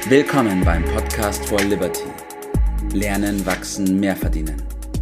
Willkommen beim Podcast for Liberty. Lernen, wachsen, mehr verdienen.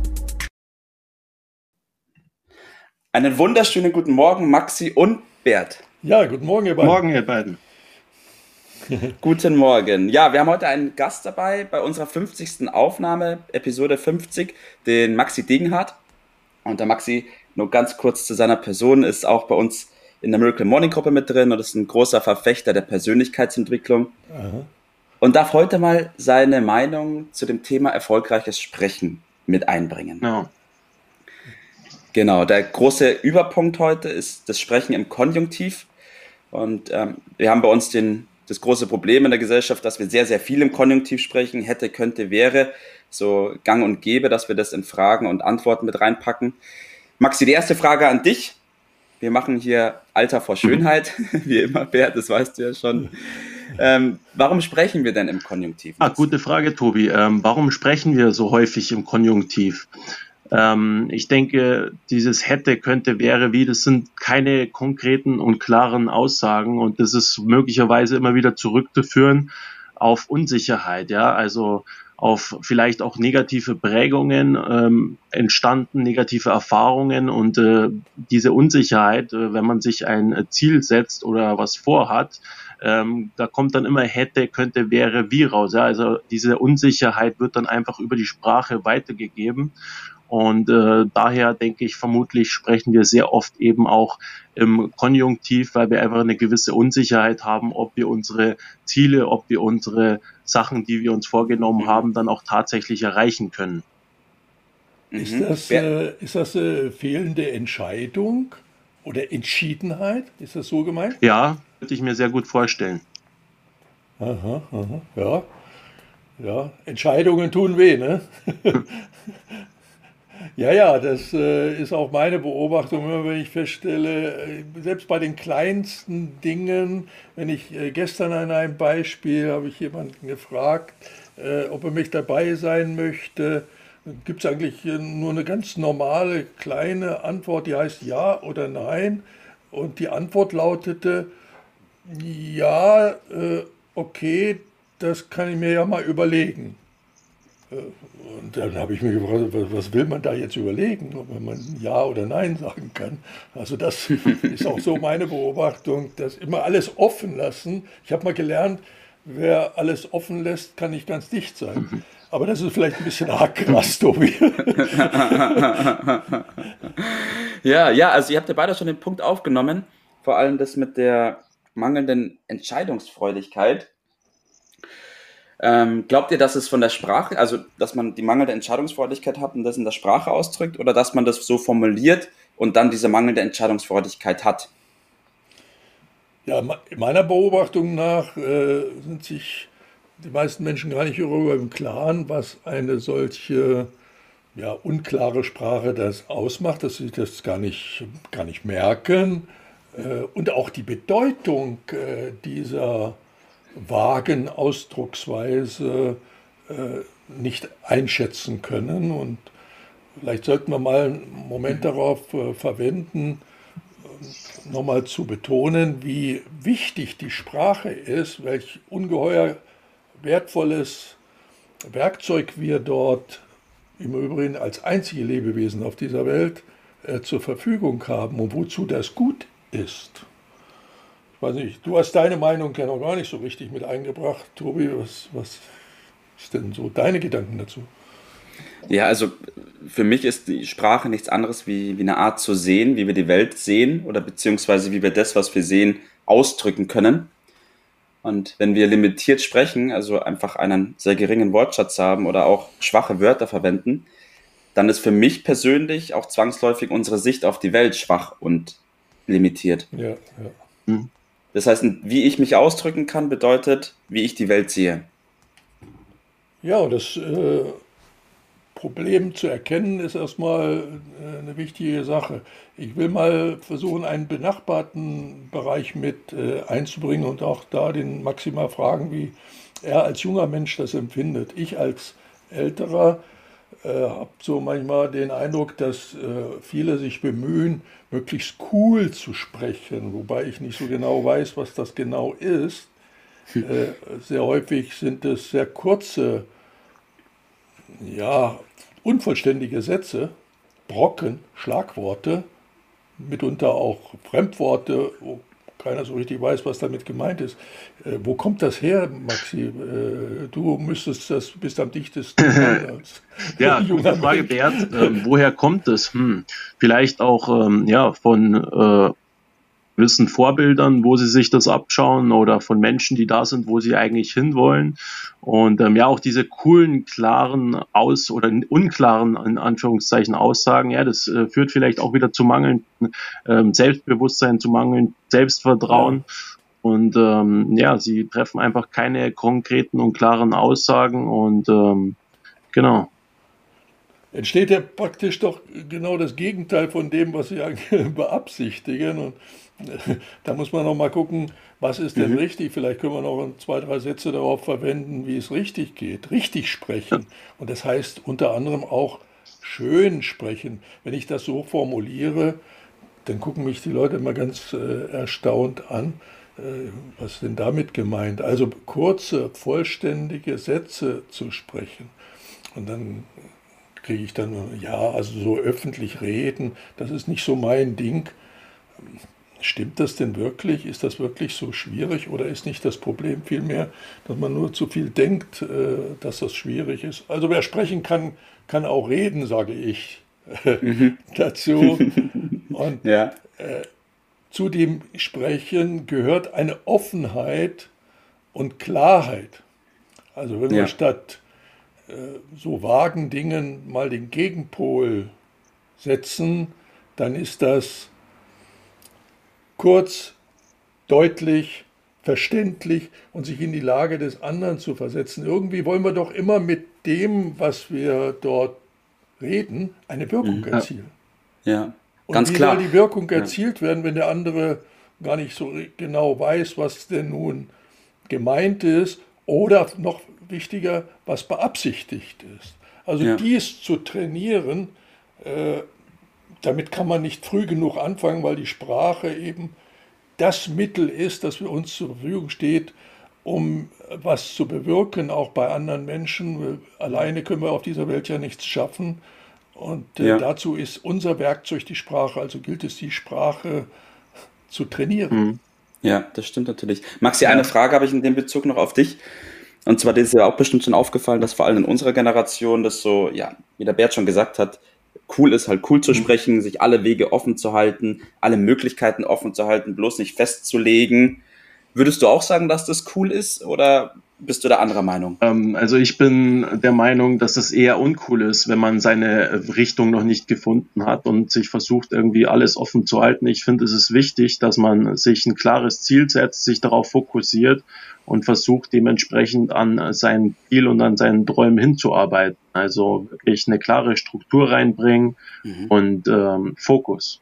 Einen wunderschönen guten Morgen, Maxi und Bert. Ja, guten Morgen, ihr beiden. Morgen, ihr beiden. Guten Morgen. Ja, wir haben heute einen Gast dabei bei unserer 50. Aufnahme, Episode 50, den Maxi Degenhardt. Und der Maxi, nur ganz kurz zu seiner Person, ist auch bei uns in der Miracle Morning Gruppe mit drin und ist ein großer Verfechter der Persönlichkeitsentwicklung. Aha. Und darf heute mal seine Meinung zu dem Thema erfolgreiches Sprechen mit einbringen. Ja. Genau, der große Überpunkt heute ist das Sprechen im Konjunktiv. Und wir haben bei uns das große Problem in der Gesellschaft, dass wir sehr, sehr viel im Konjunktiv sprechen. Hätte, könnte, wäre. So gang und gäbe, dass wir das in Fragen und Antworten mit reinpacken. Maxi, die erste Frage an dich. Wir machen hier Alter vor Schönheit, wie immer, Bert, das weißt du ja schon. Warum sprechen wir denn im Konjunktiv? Gute Frage, Tobi. Warum sprechen wir so häufig im Konjunktiv? Ich denke, dieses hätte, könnte, wäre, wie, das sind keine konkreten und klaren Aussagen und das ist möglicherweise immer wieder zurückzuführen auf Unsicherheit, ja, also auf vielleicht auch negative Prägungen entstanden, negative Erfahrungen und diese Unsicherheit, wenn man sich ein Ziel setzt oder was vorhat, da kommt dann immer hätte, könnte, wäre, wie raus. Ja? Also diese Unsicherheit wird dann einfach über die Sprache weitergegeben. Und daher denke ich, vermutlich sprechen wir sehr oft eben auch im Konjunktiv, weil wir einfach eine gewisse Unsicherheit haben, ob wir unsere Ziele, ob wir unsere Sachen, die wir uns vorgenommen haben, dann auch tatsächlich erreichen können. Ist das fehlende Entscheidung oder Entschiedenheit? Ist das so gemeint? Ja, könnte ich mir sehr gut vorstellen. Aha, ja. Entscheidungen tun weh, ne? Ja, das ist auch meine Beobachtung, immer wenn ich feststelle, selbst bei den kleinsten Dingen, wenn ich gestern an einem Beispiel habe ich jemanden gefragt, ob er mich dabei sein möchte, gibt es eigentlich nur eine ganz normale kleine Antwort, die heißt ja oder nein und die Antwort lautete, ja, okay, das kann ich mir ja mal überlegen. Und dann habe ich mich gefragt, was will man da jetzt überlegen, ob man Ja oder Nein sagen kann. Also das ist auch so meine Beobachtung, dass immer alles offen lassen. Ich habe mal gelernt, wer alles offen lässt, kann nicht ganz dicht sein. Aber das ist vielleicht ein bisschen arg krass, Tobi. Ja, also ihr habt ja beide schon den Punkt aufgenommen, vor allem das mit der mangelnden Entscheidungsfreudigkeit. Glaubt ihr, dass es von der Sprache, also dass man die mangelnde Entscheidungsfreudigkeit hat und das in der Sprache ausdrückt oder dass man das so formuliert und dann diese mangelnde Entscheidungsfreudigkeit hat? Ja, meiner Beobachtung nach sind sich die meisten Menschen gar nicht darüber im Klaren, was eine solche unklare Sprache das ausmacht, dass sie das gar nicht merken und auch die Bedeutung dieser vagen Ausdrucksweise nicht einschätzen können. Und vielleicht sollten wir mal einen Moment darauf verwenden, nochmal zu betonen, wie wichtig die Sprache ist, welch ungeheuer wertvolles Werkzeug wir dort im Übrigen als einzige Lebewesen auf dieser Welt zur Verfügung haben und wozu das gut ist. Ich weiß nicht, du hast deine Meinung ja noch gar nicht so richtig mit eingebracht. Tobi, was ist denn so deine Gedanken dazu? Ja, also für mich ist die Sprache nichts anderes wie eine Art zu sehen, wie wir die Welt sehen oder beziehungsweise wie wir das, was wir sehen, ausdrücken können. Und wenn wir limitiert sprechen, also einfach einen sehr geringen Wortschatz haben oder auch schwache Wörter verwenden, dann ist für mich persönlich auch zwangsläufig unsere Sicht auf die Welt schwach und limitiert. Ja. Das heißt, wie ich mich ausdrücken kann, bedeutet, wie ich die Welt sehe. Ja, und das Problem zu erkennen ist erstmal eine wichtige Sache. Ich will mal versuchen, einen benachbarten Bereich mit einzubringen und auch da den Maxi mal fragen, wie er als junger Mensch das empfindet. Ich als Älterer habe so manchmal den Eindruck, dass viele sich bemühen, möglichst cool zu sprechen, wobei ich nicht so genau weiß, was das genau ist. Sehr häufig sind es sehr kurze, ja, unvollständige Sätze, Brocken, Schlagworte, mitunter auch Fremdworte, wo keiner so richtig weiß, was damit gemeint ist. Wo kommt das her, Maxi? Du bist am dichtesten dran als Ja, gute junger Frage, Mensch. Bert. Woher kommt es? Vielleicht auch von gewissen Vorbildern, wo sie sich das abschauen oder von Menschen, die da sind, wo sie eigentlich hinwollen. Und auch diese coolen, klaren oder unklaren, in Anführungszeichen, Aussagen, ja, das führt vielleicht auch wieder zu mangelndem Selbstbewusstsein, zu mangelndem Selbstvertrauen. Und sie treffen einfach keine konkreten und klaren Aussagen und genau. Entsteht ja praktisch doch genau das Gegenteil von dem, was sie eigentlich beabsichtigen. Und da muss man noch mal gucken, was ist denn richtig. Vielleicht können wir noch 2, 3 Sätze darauf verwenden, wie es richtig geht. Richtig sprechen. Und das heißt unter anderem auch schön sprechen. Wenn ich das so formuliere, dann gucken mich die Leute immer ganz erstaunt an. Was ist denn damit gemeint? Also kurze, vollständige Sätze zu sprechen. Und dann kriege ich dann, ja, also so öffentlich reden, das ist nicht so mein Ding. Stimmt das denn wirklich? Ist das wirklich so schwierig oder ist nicht das Problem vielmehr, dass man nur zu viel denkt, dass das schwierig ist? Also wer sprechen kann, kann auch reden, sage ich dazu. Und Ja, zu dem Sprechen gehört eine Offenheit und Klarheit. Also wenn wir ja, statt so vagen Dingen mal den Gegenpol setzen, dann ist das kurz, deutlich, verständlich und sich in die Lage des anderen zu versetzen. Irgendwie wollen wir doch immer mit dem, was wir dort reden, eine Wirkung erzielen. ja, Und ganz wie soll klar. die Wirkung Ja. erzielt werden, wenn der andere gar nicht so genau weiß, was denn nun gemeint ist oder noch wichtiger, was beabsichtigt ist. Also Ja. dies zu trainieren, damit kann man nicht früh genug anfangen, weil die Sprache eben das Mittel ist, das für uns zur Verfügung steht, um was zu bewirken, auch bei anderen Menschen. Alleine können wir auf dieser Welt ja nichts schaffen. Und Ja. dazu ist unser Werkzeug die Sprache. Also gilt es, die Sprache zu trainieren. Ja, das stimmt natürlich. Maxi, eine Frage habe ich in dem Bezug noch auf dich. Und zwar, dir ist ja auch bestimmt schon aufgefallen, dass vor allem in unserer Generation das so, ja, wie der Bert schon gesagt hat, cool ist, halt cool zu sprechen, sich alle Wege offen zu halten, alle Möglichkeiten offen zu halten, bloß nicht festzulegen. Würdest du auch sagen, dass das cool ist oder bist du da anderer Meinung? Also ich bin der Meinung, dass es eher uncool ist, wenn man seine Richtung noch nicht gefunden hat und sich versucht, irgendwie alles offen zu halten. Ich finde, es ist wichtig, dass man sich ein klares Ziel setzt, sich darauf fokussiert und versucht, dementsprechend an sein Ziel und an seinen Träumen hinzuarbeiten. Also wirklich eine klare Struktur reinbringen und Fokus.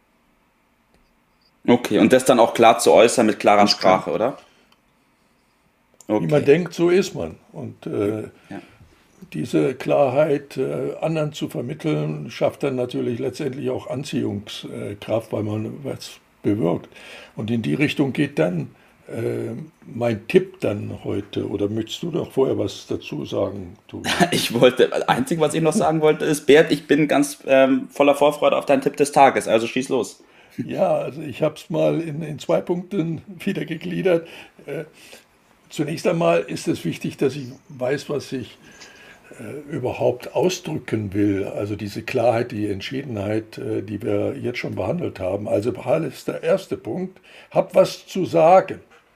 Okay, und das dann auch klar zu äußern mit klarer Ganz klar. Sprache, oder? Wie man Okay. denkt, so ist man. Und Ja. diese Klarheit anderen zu vermitteln, schafft dann natürlich letztendlich auch Anziehungskraft, weil man was bewirkt. Und in die Richtung geht dann mein Tipp dann heute. Oder möchtest du noch vorher was dazu sagen, Tobi? Das Einzige, was ich noch sagen wollte, ist, Bert, ich bin ganz voller Vorfreude auf deinen Tipp des Tages, also schieß los. Ja, also ich habe es mal in 2 Punkten wieder gegliedert. Zunächst einmal ist es wichtig, dass ich weiß, was ich überhaupt ausdrücken will. Also diese Klarheit, die Entschiedenheit, die wir jetzt schon behandelt haben. Also ist der erste Punkt. Hab was zu sagen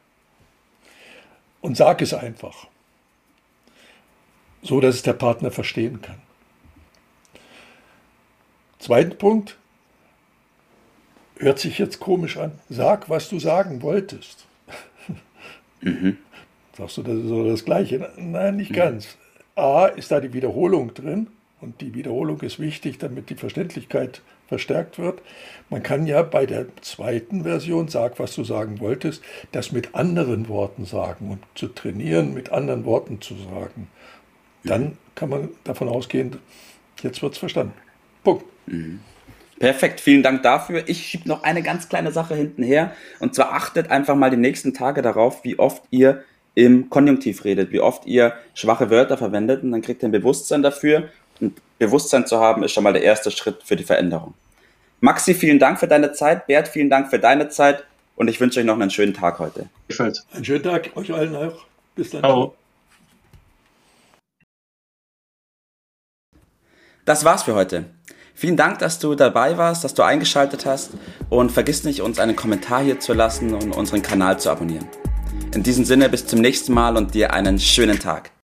und sag es einfach, so dass es der Partner verstehen kann. Zweiter Punkt, hört sich jetzt komisch an. Sag, was du sagen wolltest. Sagst du, das ist so das Gleiche? Nein, nicht ganz. A, ist da die Wiederholung drin und die Wiederholung ist wichtig, damit die Verständlichkeit verstärkt wird. Man kann ja bei der zweiten Version, sag, was du sagen wolltest, das mit anderen Worten sagen und zu trainieren, mit anderen Worten zu sagen. Dann kann man davon ausgehen, jetzt wird es verstanden. Punkt. Perfekt, vielen Dank dafür. Ich schiebe noch eine ganz kleine Sache hinten her. Und zwar achtet einfach mal die nächsten Tage darauf, wie oft ihr im Konjunktiv redet, wie oft ihr schwache Wörter verwendet, und dann kriegt ihr ein Bewusstsein dafür. Und Bewusstsein zu haben, ist schon mal der erste Schritt für die Veränderung. Maxi, vielen Dank für deine Zeit. Bert, vielen Dank für deine Zeit. Und ich wünsche euch noch einen schönen Tag heute. Einen schönen Tag euch allen auch. Bis dann. Ciao. Das war's für heute. Vielen Dank, dass du dabei warst, dass du eingeschaltet hast. Und vergiss nicht, uns einen Kommentar hier zu lassen und unseren Kanal zu abonnieren. In diesem Sinne, bis zum nächsten Mal und dir einen schönen Tag.